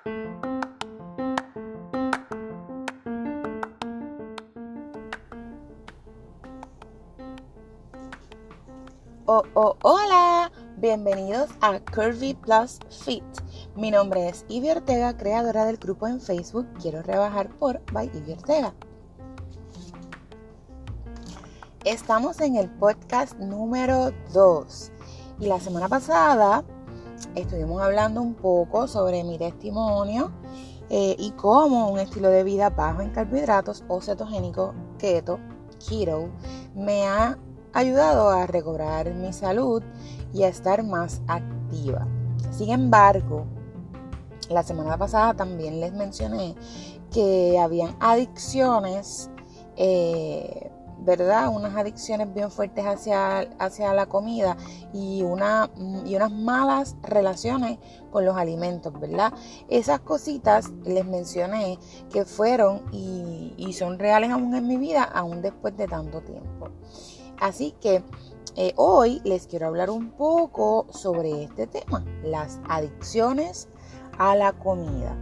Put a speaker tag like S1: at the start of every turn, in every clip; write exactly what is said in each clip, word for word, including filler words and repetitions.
S1: Oh, oh, hola, bienvenidos a Curvy Plus Fit. Mi nombre es Ivy Ortega, creadora del grupo en Facebook Quiero Rebajar por by Ivy Ortega. Estamos en el podcast número dos y la semana pasada estuvimos hablando un poco sobre mi testimonio eh, y cómo un estilo de vida bajo en carbohidratos o cetogénico, keto, keto, me ha ayudado a recobrar mi salud y a estar más activa. Sin embargo, la semana pasada también les mencioné que habían adicciones, eh, ¿verdad? Unas adicciones bien fuertes hacia, hacia la comida y, una, y unas malas relaciones con los alimentos, ¿verdad? Esas cositas les mencioné que fueron y, y son reales aún en mi vida, aún después de tanto tiempo. Así que eh, hoy les quiero hablar un poco sobre este tema, las adicciones a la comida.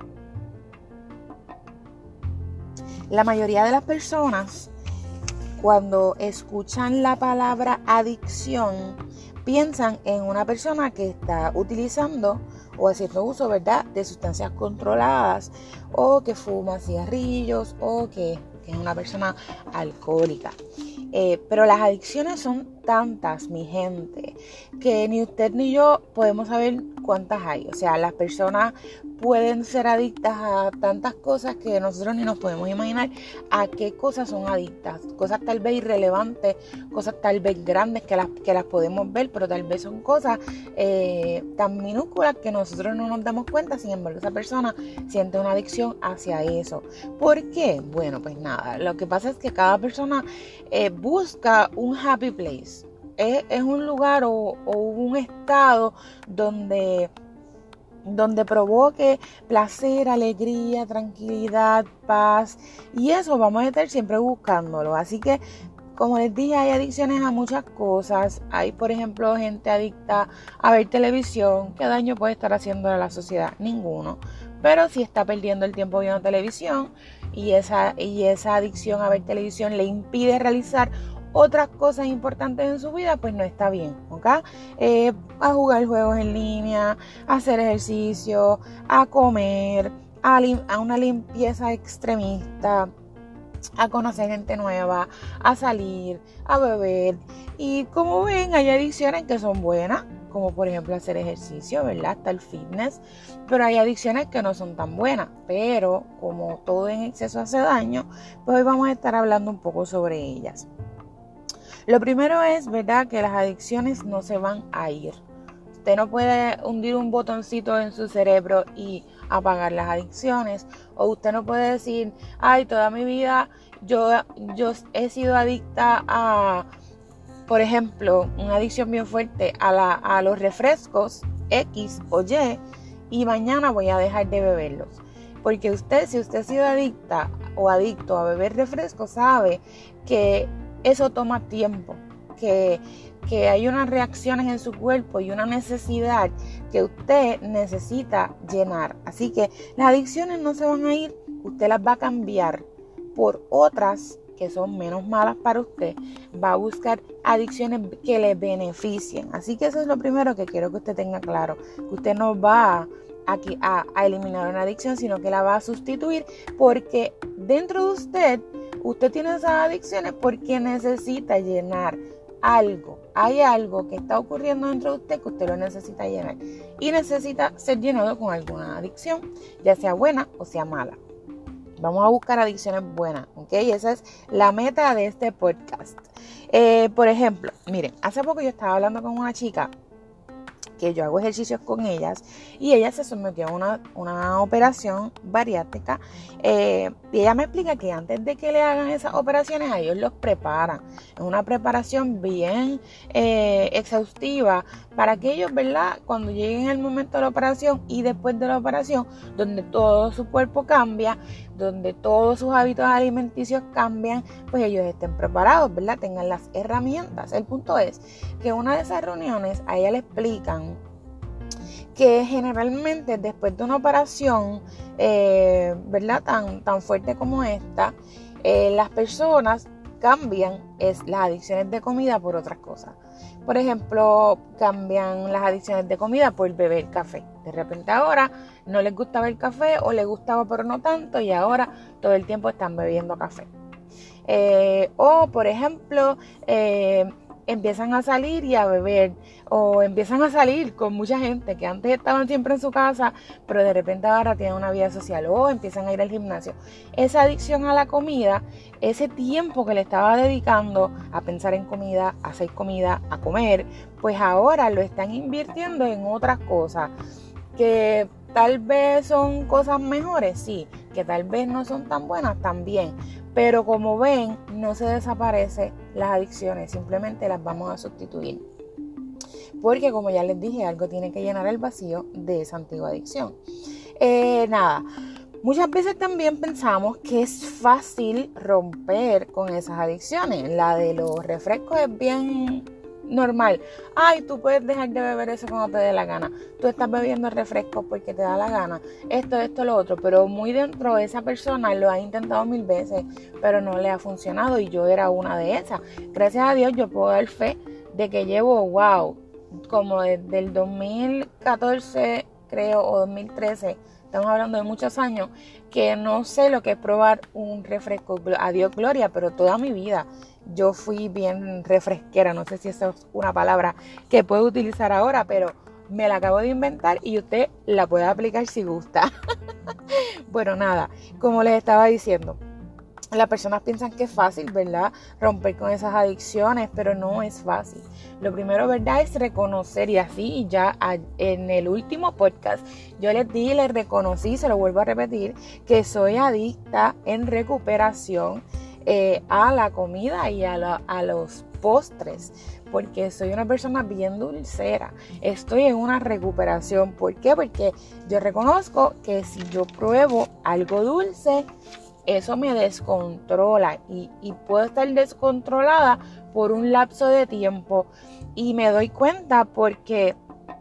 S1: La mayoría de las personas, cuando escuchan la palabra adicción, piensan en una persona que está utilizando o haciendo uso, ¿verdad?, de sustancias controladas, o que fuma cigarrillos, o que, que es una persona alcohólica. Eh, pero las adicciones son tantas, mi gente, que ni usted ni yo podemos saber cuántas hay. O sea, las personas pueden ser adictas a tantas cosas que nosotros ni nos podemos imaginar a qué cosas son adictas. Cosas tal vez irrelevantes, cosas tal vez grandes que las, que las podemos ver, pero tal vez son cosas eh, tan minúsculas que nosotros no nos damos cuenta. Sin embargo, esa persona siente una adicción hacia eso. ¿Por qué? Bueno, pues nada, lo que pasa es que cada persona eh, busca un happy place. Es, es un lugar o, o un estado donde, donde provoque placer, alegría, tranquilidad, paz. Y eso vamos a estar siempre buscándolo. Así que, como les dije, hay adicciones a muchas cosas. Hay, por ejemplo, gente adicta a ver televisión. ¿Qué daño puede estar haciendo a la sociedad? Ninguno. Pero si está perdiendo el tiempo viendo televisión y esa, y esa adicción a ver televisión le impide realizar otras cosas importantes en su vida, pues no está bien, ¿ok? Eh, a jugar juegos en línea, a hacer ejercicio, a comer, a, lim- a una limpieza extremista, a conocer gente nueva, a salir, a beber. Y como ven, hay adicciones que son buenas, como por ejemplo hacer ejercicio, ¿verdad? Hasta el fitness. Pero hay adicciones que no son tan buenas. Pero como todo en exceso hace daño, pues hoy vamos a estar hablando un poco sobre ellas. Lo primero es, ¿verdad?, que las adicciones no se van a ir. Usted no puede hundir un botoncito en su cerebro y apagar las adicciones. O usted no puede decir, ay, toda mi vida yo, yo he sido adicta a, por ejemplo, una adicción bien fuerte a, la, a los refrescos X o Y, y mañana voy a dejar de beberlos. Porque usted, si usted ha sido adicta o adicto a beber refrescos, sabe que eso toma tiempo, que, que hay unas reacciones en su cuerpo y una necesidad que usted necesita llenar. Así que las adicciones no se van a ir, usted las va a cambiar por otras que son menos malas para usted. Va a buscar adicciones que le beneficien. Así que eso es lo primero que quiero que usted tenga claro, que usted no va a, a, a eliminar una adicción, sino que la va a sustituir, porque dentro de usted Usted tiene esas adicciones porque necesita llenar algo. Hay algo que está ocurriendo dentro de usted que usted lo necesita llenar. Y necesita ser llenado con alguna adicción, ya sea buena o sea mala. Vamos a buscar adicciones buenas, ¿ok? Esa es la meta de este podcast. Eh, por ejemplo, miren, hace poco yo estaba hablando con una chica que yo hago ejercicios con ellas, y ella se sometió a una, una operación bariátrica, eh, y ella me explica que antes de que le hagan esas operaciones, a ellos los preparan. Es una preparación bien eh, exhaustiva para que ellos, ¿verdad?, cuando lleguen el momento de la operación y después de la operación, donde todo su cuerpo cambia, donde todos sus hábitos alimenticios cambian, pues ellos estén preparados, ¿verdad?, tengan las herramientas. El punto es que una de esas reuniones a ella le explican que generalmente después de una operación, eh, ¿verdad? Tan, tan fuerte como esta, eh, las personas cambian es, las adicciones de comida por otras cosas. Por ejemplo, cambian las adicciones de comida por beber café. De repente ahora no les gustaba el café o les gustaba pero no tanto y ahora todo el tiempo están bebiendo café. Eh, o por ejemplo, eh, empiezan a salir y a beber, o empiezan a salir con mucha gente que antes estaban siempre en su casa, pero de repente ahora tienen una vida social, o empiezan a ir al gimnasio. Esa adicción a la comida, ese tiempo que le estaba dedicando a pensar en comida, a hacer comida, a comer, pues ahora lo están invirtiendo en otras cosas que tal vez son cosas mejores, sí, que tal vez no son tan buenas también, pero como ven, no se desaparecen las adicciones, simplemente las vamos a sustituir. Porque como ya les dije, algo tiene que llenar el vacío de esa antigua adicción. Eh, nada, muchas veces también pensamos que es fácil romper con esas adicciones. La de los refrescos es bien normal. Ay, tú puedes dejar de beber eso cuando te dé la gana. Tú estás bebiendo refrescos porque te da la gana. Esto, esto, lo otro. Pero muy dentro de esa persona lo ha intentado mil veces, pero no le ha funcionado y yo era una de esas. Gracias a Dios yo puedo dar fe de que llevo, wow, como desde el dos mil catorce creo o dos mil trece, estamos hablando de muchos años, que no sé lo que es probar un refresco. A Dios gloria, pero toda mi vida yo fui bien refresquera, no sé si esa es una palabra que puedo utilizar ahora, pero me la acabo de inventar y usted la puede aplicar si gusta. Bueno, nada, como les estaba diciendo, las personas piensan que es fácil, ¿verdad? Romper con esas adicciones, pero no es fácil. Lo primero, ¿verdad? Es reconocer, y así ya en el último podcast yo les di, les reconocí, se lo vuelvo a repetir, que soy adicta en recuperación eh, a la comida y a, la, a los postres, porque soy una persona bien dulcera. Estoy en una recuperación. ¿Por qué? Porque yo reconozco que si yo pruebo algo dulce, eso me descontrola y, y puedo estar descontrolada por un lapso de tiempo y me doy cuenta porque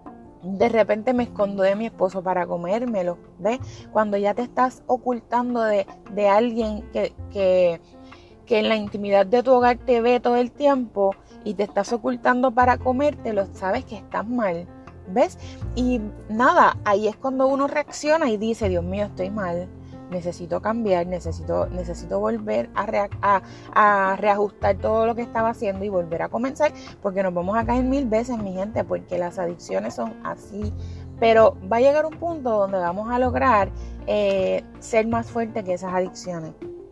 S1: de repente me escondo de mi esposo para comérmelo, ¿ves? Cuando ya te estás ocultando de, de alguien que, que, que en la intimidad de tu hogar te ve todo el tiempo y te estás ocultando para comértelo, sabes que estás mal, ¿ves? Y nada, ahí es cuando uno reacciona y dice, Dios mío, estoy mal. Necesito cambiar, necesito, necesito volver a, rea, a, a reajustar todo lo que estaba haciendo y volver a comenzar, porque nos vamos a caer mil veces, mi gente, porque las adicciones son así. Pero va a llegar un punto donde vamos a lograr eh, ser más fuerte que esas adicciones.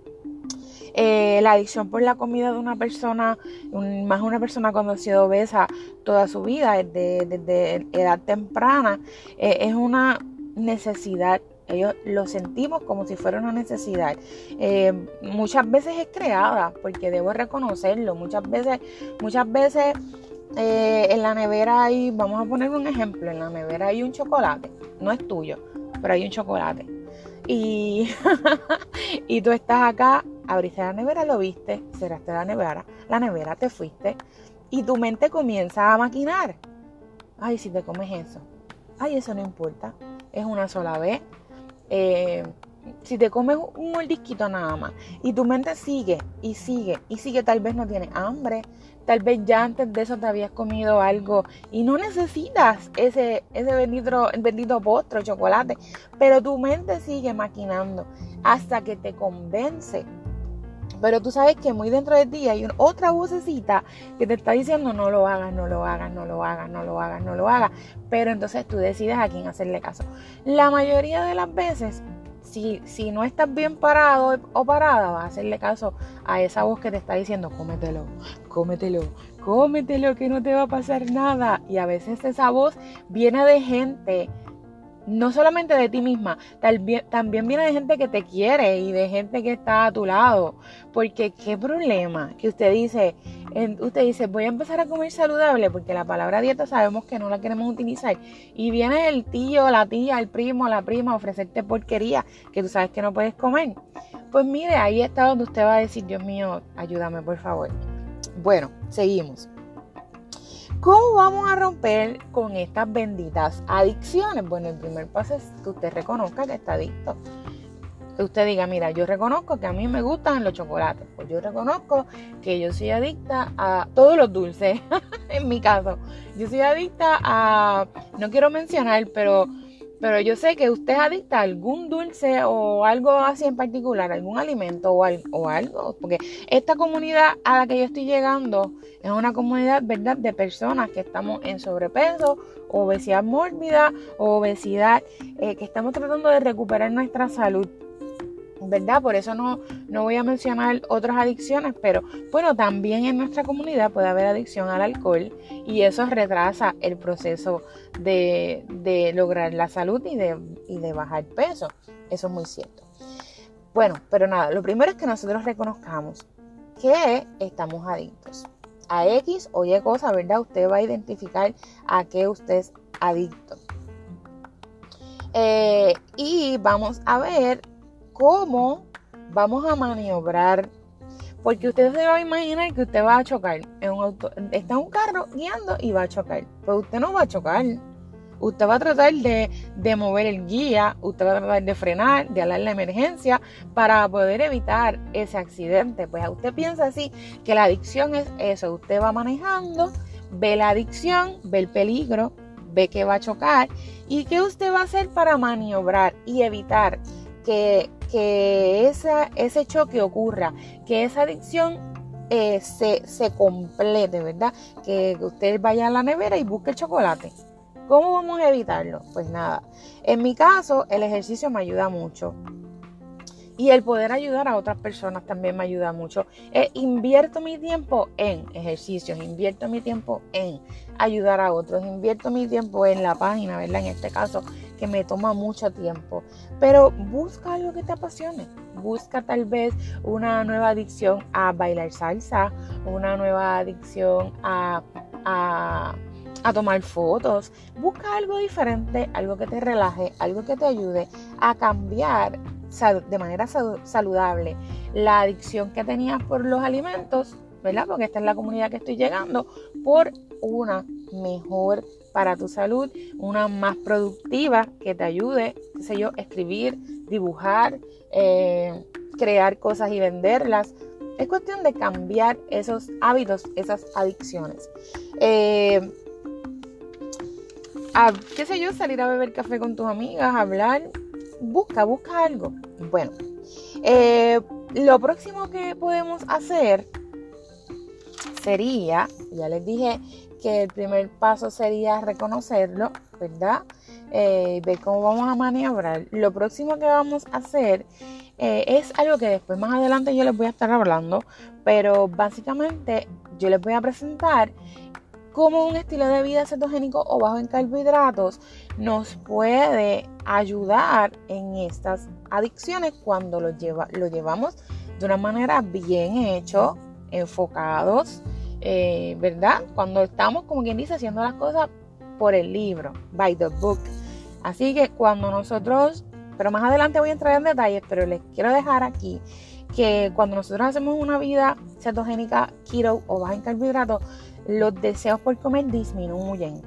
S1: Eh, la adicción por la comida de una persona, un, más una persona cuando ha sido obesa toda su vida, desde, desde edad temprana, eh, es una necesidad. Ellos lo sentimos como si fuera una necesidad. Eh, muchas veces es creada, porque debo reconocerlo. Muchas veces, muchas veces eh, en la nevera hay, vamos a poner un ejemplo, en la nevera hay un chocolate, no es tuyo, pero hay un chocolate. Y, y tú estás acá, abriste la nevera, lo viste, cerraste la nevera, la nevera, te fuiste y tu mente comienza a maquinar. Ay, si te comes eso, ay, eso no importa, es una sola vez. Eh, si te comes un mordisquito nada más y tu mente sigue y sigue y sigue, tal vez no tienes hambre, tal vez ya antes de eso te habías comido algo y no necesitas ese, ese bendito, bendito postre o chocolate, pero tu mente sigue maquinando hasta que te convence. Pero tú sabes que muy dentro de ti hay una, otra vocecita que te está diciendo no lo hagas, no lo hagas, no lo hagas, no lo hagas, no lo hagas. Pero entonces tú decides a quién hacerle caso. La mayoría de las veces, si, si no estás bien parado o parada, vas a hacerle caso a esa voz que te está diciendo cómetelo, cómetelo, cómetelo, que no te va a pasar nada. Y a veces esa voz viene de gente, no solamente de ti misma, también viene de gente que te quiere y de gente que está a tu lado. Porque qué problema que usted dice, usted dice, voy a empezar a comer saludable, porque la palabra dieta sabemos que no la queremos utilizar. Y viene el tío, la tía, el primo, la prima a ofrecerte porquería que tú sabes que no puedes comer. Pues mire, ahí está donde usted va a decir, Dios mío, ayúdame por favor. Bueno, seguimos. ¿Cómo vamos a romper con estas benditas adicciones? Bueno, el primer paso es que usted reconozca que está adicto. Que usted diga, mira, yo reconozco que a mí me gustan los chocolates. Pues yo reconozco que yo soy adicta a todos los dulces, en mi caso. Yo soy adicta a, no quiero mencionar, pero, pero yo sé que usted es adicta a algún dulce o algo así en particular, algún alimento o, al, o algo. Porque esta comunidad a la que yo estoy llegando es una comunidad, ¿verdad?, de personas que estamos en sobrepeso, obesidad mórbida o obesidad, eh, que estamos tratando de recuperar nuestra salud, ¿verdad? Por eso no, no voy a mencionar otras adicciones, pero bueno, también en nuestra comunidad puede haber adicción al alcohol y eso retrasa el proceso de, de lograr la salud y de, y de bajar peso. Eso es muy cierto. Bueno, pero nada, lo primero es que nosotros reconozcamos que estamos adictos a X o Y cosa, ¿verdad? Usted va a identificar a qué usted es adicto. Eh, y vamos a ver cómo vamos a maniobrar, porque usted se va a imaginar que usted va a chocar en un auto, está en un carro guiando y va a chocar, pues usted no va a chocar, usted va a tratar de, de mover el guía, usted va a tratar de frenar, de alar la emergencia para poder evitar ese accidente. Pues usted piensa así, que la adicción es eso, usted va manejando, ve la adicción, ve el peligro, ve que va a chocar y qué usted va a hacer para maniobrar y evitar que que esa, ese choque ocurra, que esa adicción eh, se, se complete, ¿verdad? Que usted vaya a la nevera y busque el chocolate. ¿Cómo vamos a evitarlo? Pues nada, en mi caso el ejercicio me ayuda mucho. Y el poder ayudar a otras personas también me ayuda mucho. Eh, invierto mi tiempo en ejercicios, invierto mi tiempo en ayudar a otros, invierto mi tiempo en la página, ¿verdad? En este caso, que me toma mucho tiempo. Pero busca algo que te apasione. Busca tal vez una nueva adicción a bailar salsa, una nueva adicción a, a, a tomar fotos. Busca algo diferente, algo que te relaje, algo que te ayude a cambiar de manera saludable la adicción que tenías por los alimentos, ¿verdad? Porque esta es la comunidad que estoy llegando, por una mejor para tu salud, una más productiva que te ayude, qué sé yo, escribir, dibujar, eh, crear cosas y venderlas. Es cuestión de cambiar esos hábitos, esas adicciones. Eh, a, qué sé yo, salir a beber café con tus amigas, hablar. Busca, busca algo. Bueno, eh, lo próximo que podemos hacer sería, ya les dije que el primer paso sería reconocerlo, ¿verdad? Eh, ver cómo vamos a maniobrar. Lo próximo que vamos a hacer eh, es algo que después más adelante yo les voy a estar hablando, pero básicamente yo les voy a presentar cómo un estilo de vida cetogénico o bajo en carbohidratos nos puede ayudar en estas adicciones cuando lo, lleva, lo llevamos de una manera bien hecho, enfocados, eh, ¿verdad? Cuando estamos, como quien dice, haciendo las cosas por el libro, by the book. Así que cuando nosotros, pero más adelante voy a entrar en detalles, pero les quiero dejar aquí que cuando nosotros hacemos una vida cetogénica, keto o baja en carbohidratos, los deseos por comer disminuyen,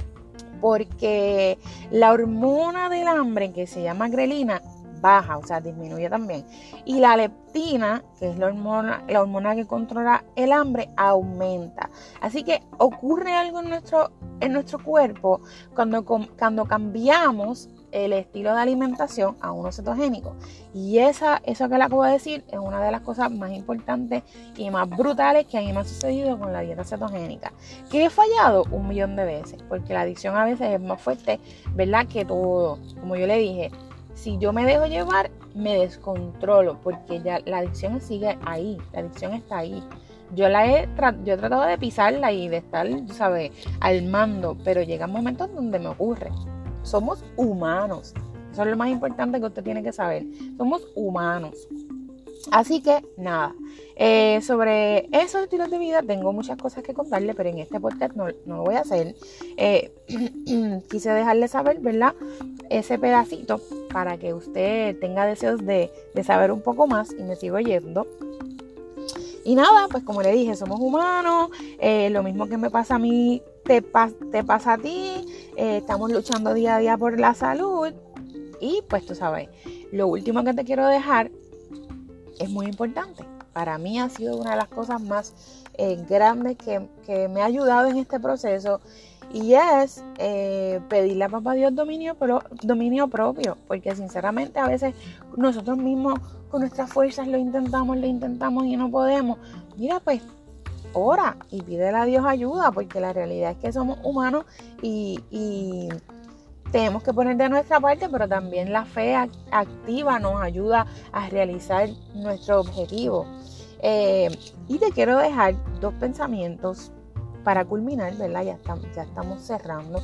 S1: porque la hormona del hambre, que se llama grelina, baja, o sea, disminuye también. Y la leptina, que es la hormona, la hormona que controla el hambre, aumenta. Así que ocurre algo en nuestro, en nuestro cuerpo cuando, cuando cambiamos el estilo de alimentación a uno cetogénico. Y esa, eso que le acabo de decir es una de las cosas más importantes y más brutales que a mí me ha sucedido con la dieta cetogénica. Que he fallado un millón de veces, porque la adicción a veces es más fuerte, ¿verdad?, que todo. Como yo le dije, si yo me dejo llevar, me descontrolo, porque ya la adicción sigue ahí, la adicción está ahí. Yo la he, yo he tratado de pisarla y de estar, ¿sabes?, al mando, pero llegan momentos donde me ocurre. Somos humanos. Eso es lo más importante que usted tiene que saber. Somos humanos. Así que, nada. Eh, sobre esos estilos de vida tengo muchas cosas que contarle, pero en este podcast no, no lo voy a hacer. Eh, quise dejarle saber, ¿verdad?, ese pedacito para que usted tenga deseos de, de saber un poco más y me siga oyendo. Y nada, pues como le dije, somos humanos. Eh, lo mismo que me pasa a mí te, pas- te pasa a ti, eh, estamos luchando día a día por la salud y pues tú sabes, lo último que te quiero dejar es muy importante. Para mí ha sido una de las cosas más eh, grandes que, que me ha ayudado en este proceso y es eh, pedirle a Papá Dios dominio, pro, dominio propio, porque sinceramente a veces nosotros mismos con nuestras fuerzas lo intentamos, lo intentamos y no podemos. Mira, pues ora y pídele a Dios ayuda, porque la realidad es que somos humanos y, y tenemos que poner de nuestra parte, pero también la fe activa nos ayuda a realizar nuestro objetivo. Eh, y te quiero dejar dos pensamientos para culminar, ¿verdad? Ya estamos, ya estamos cerrando.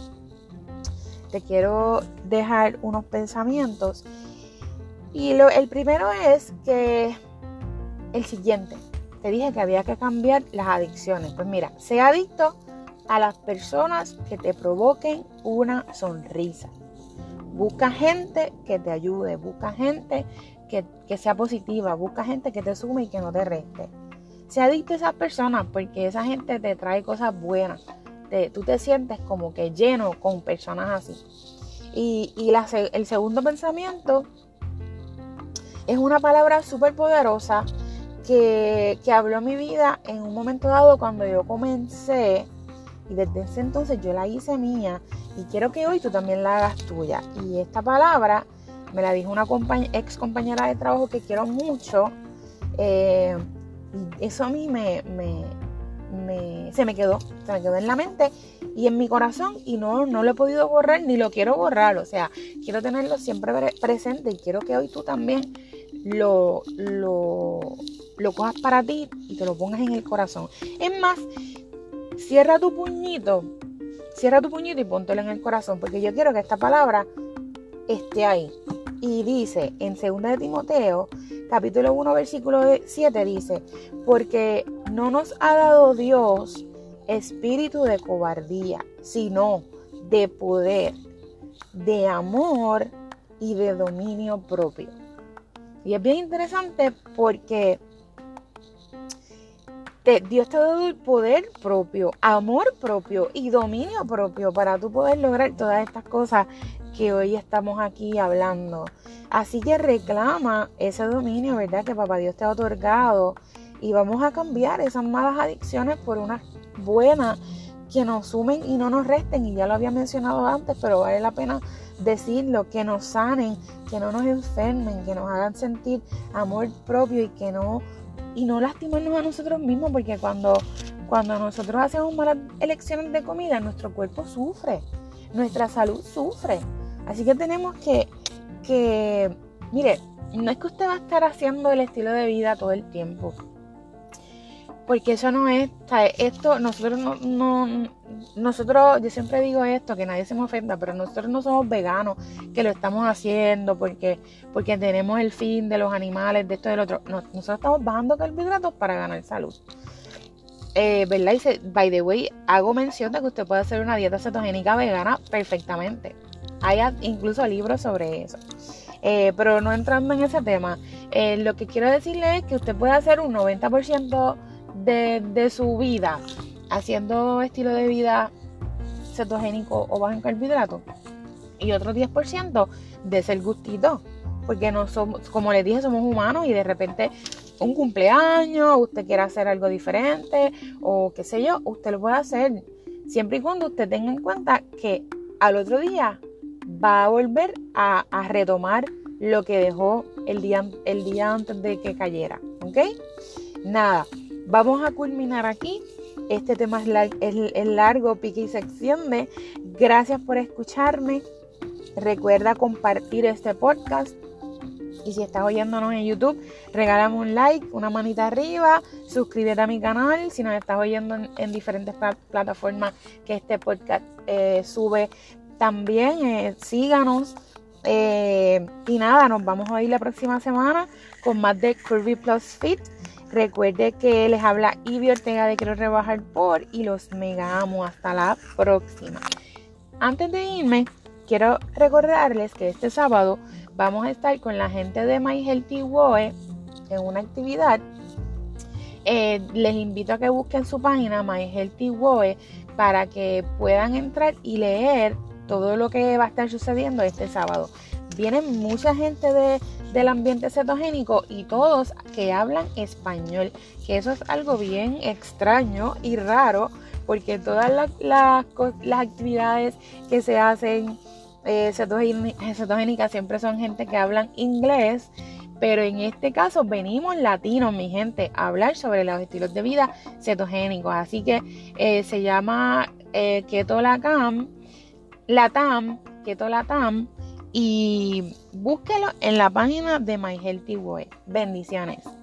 S1: Te quiero dejar unos pensamientos. Y lo, el primero es que el siguiente. Te dije que había que cambiar las adicciones. Pues mira, sé adicto a las personas que te provoquen una sonrisa. Busca gente que te ayude, busca gente que, que sea positiva, busca gente que te sume y que no te reste. Sé adicto a esas personas porque esa gente te trae cosas buenas. Te, tú te sientes como que lleno con personas así. Y, y la, el segundo pensamiento es una palabra súper poderosa que, que habló mi vida en un momento dado cuando yo comencé. Y desde ese entonces yo la hice mía y quiero que hoy tú también la hagas tuya. Y esta palabra me la dijo una compañ- ex compañera de trabajo que quiero mucho. Eh, eso a mí me, me, me, se me quedó, se me quedó en la mente y en mi corazón y no, no lo he podido borrar ni lo quiero borrar. O sea, quiero tenerlo siempre pre- presente y quiero que hoy tú también lo, lo, lo cojas para ti y te lo pongas en el corazón. Es más, Cierra tu puñito, cierra tu puñito y póntelo en el corazón, porque yo quiero que esta palabra esté ahí. Y dice en segunda de Timoteo, capítulo uno, versículo siete, dice, porque no nos ha dado Dios espíritu de cobardía, sino de poder, de amor y de dominio propio. Y es bien interesante porque Te, Dios te ha dado el poder propio, amor propio y dominio propio para tú poder lograr todas estas cosas que hoy estamos aquí hablando. Así que reclama ese dominio, ¿verdad? Que Papá Dios te ha otorgado y vamos a cambiar esas malas adicciones por unas buenas que nos sumen y no nos resten. Y ya lo había mencionado antes, pero vale la pena decirlo, que nos sanen, que no nos enfermen, que nos hagan sentir amor propio y que no... y no lastimarnos a nosotros mismos, porque cuando, cuando nosotros hacemos malas elecciones de comida, nuestro cuerpo sufre, nuestra salud sufre. Así que tenemos que, que, mire, no es que usted va a estar haciendo el estilo de vida todo el tiempo, porque eso no es, o sea, esto, nosotros no, no, nosotros, yo siempre digo esto, que nadie se me ofenda, pero nosotros no somos veganos, que lo estamos haciendo porque, porque tenemos el fin de los animales, de esto y del otro. No, nosotros estamos bajando carbohidratos para ganar salud. Eh, ¿verdad? Y se, by the way, hago mención de que usted puede hacer una dieta cetogénica vegana perfectamente. Hay incluso libros sobre eso. Eh, pero no entrando en ese tema, eh, lo que quiero decirle es que usted puede hacer un noventa por ciento De, de su vida haciendo estilo de vida cetogénico o bajo en carbohidratos y otro diez por ciento de ser gustito, porque no somos, como les dije, somos humanos y de repente un cumpleaños, usted quiere hacer algo diferente o qué sé yo, usted lo puede hacer siempre y cuando usted tenga en cuenta que al otro día va a volver a, a retomar lo que dejó el día, el día antes de que cayera, ¿ok? Nada, vamos a culminar aquí. Este tema es, lar- es, es largo, pique y se extiende. Gracias por escucharme. Recuerda compartir este podcast. Y si estás oyéndonos en YouTube, regálame un like, una manita arriba, suscríbete a mi canal. Si nos estás oyendo en, en diferentes pl- plataformas que este podcast eh, sube, también eh, síganos. Eh, y nada, nos vamos a ir la próxima semana con más de Curvy Plus Fit. Recuerde que les habla Ivy Ortega de Quiero Rebajar Por y los mega amo. Hasta la próxima. Antes de irme, quiero recordarles que este sábado vamos a estar con la gente de My Healthy Woe en una actividad. Eh, les invito a que busquen su página My Healthy Woe para que puedan entrar y leer todo lo que va a estar sucediendo este sábado. Vienen mucha gente de, del ambiente cetogénico y todos que hablan español, que eso es algo bien extraño y raro, porque todas las, las, las actividades que se hacen eh, cetogénicas siempre son gente que hablan inglés, pero en este caso venimos latinos, mi gente, a hablar sobre los estilos de vida cetogénicos. Así que eh, se llama eh, Keto Latam, Latam, Keto Latam, y búsquelo en la página de My Healthy Way. Bendiciones.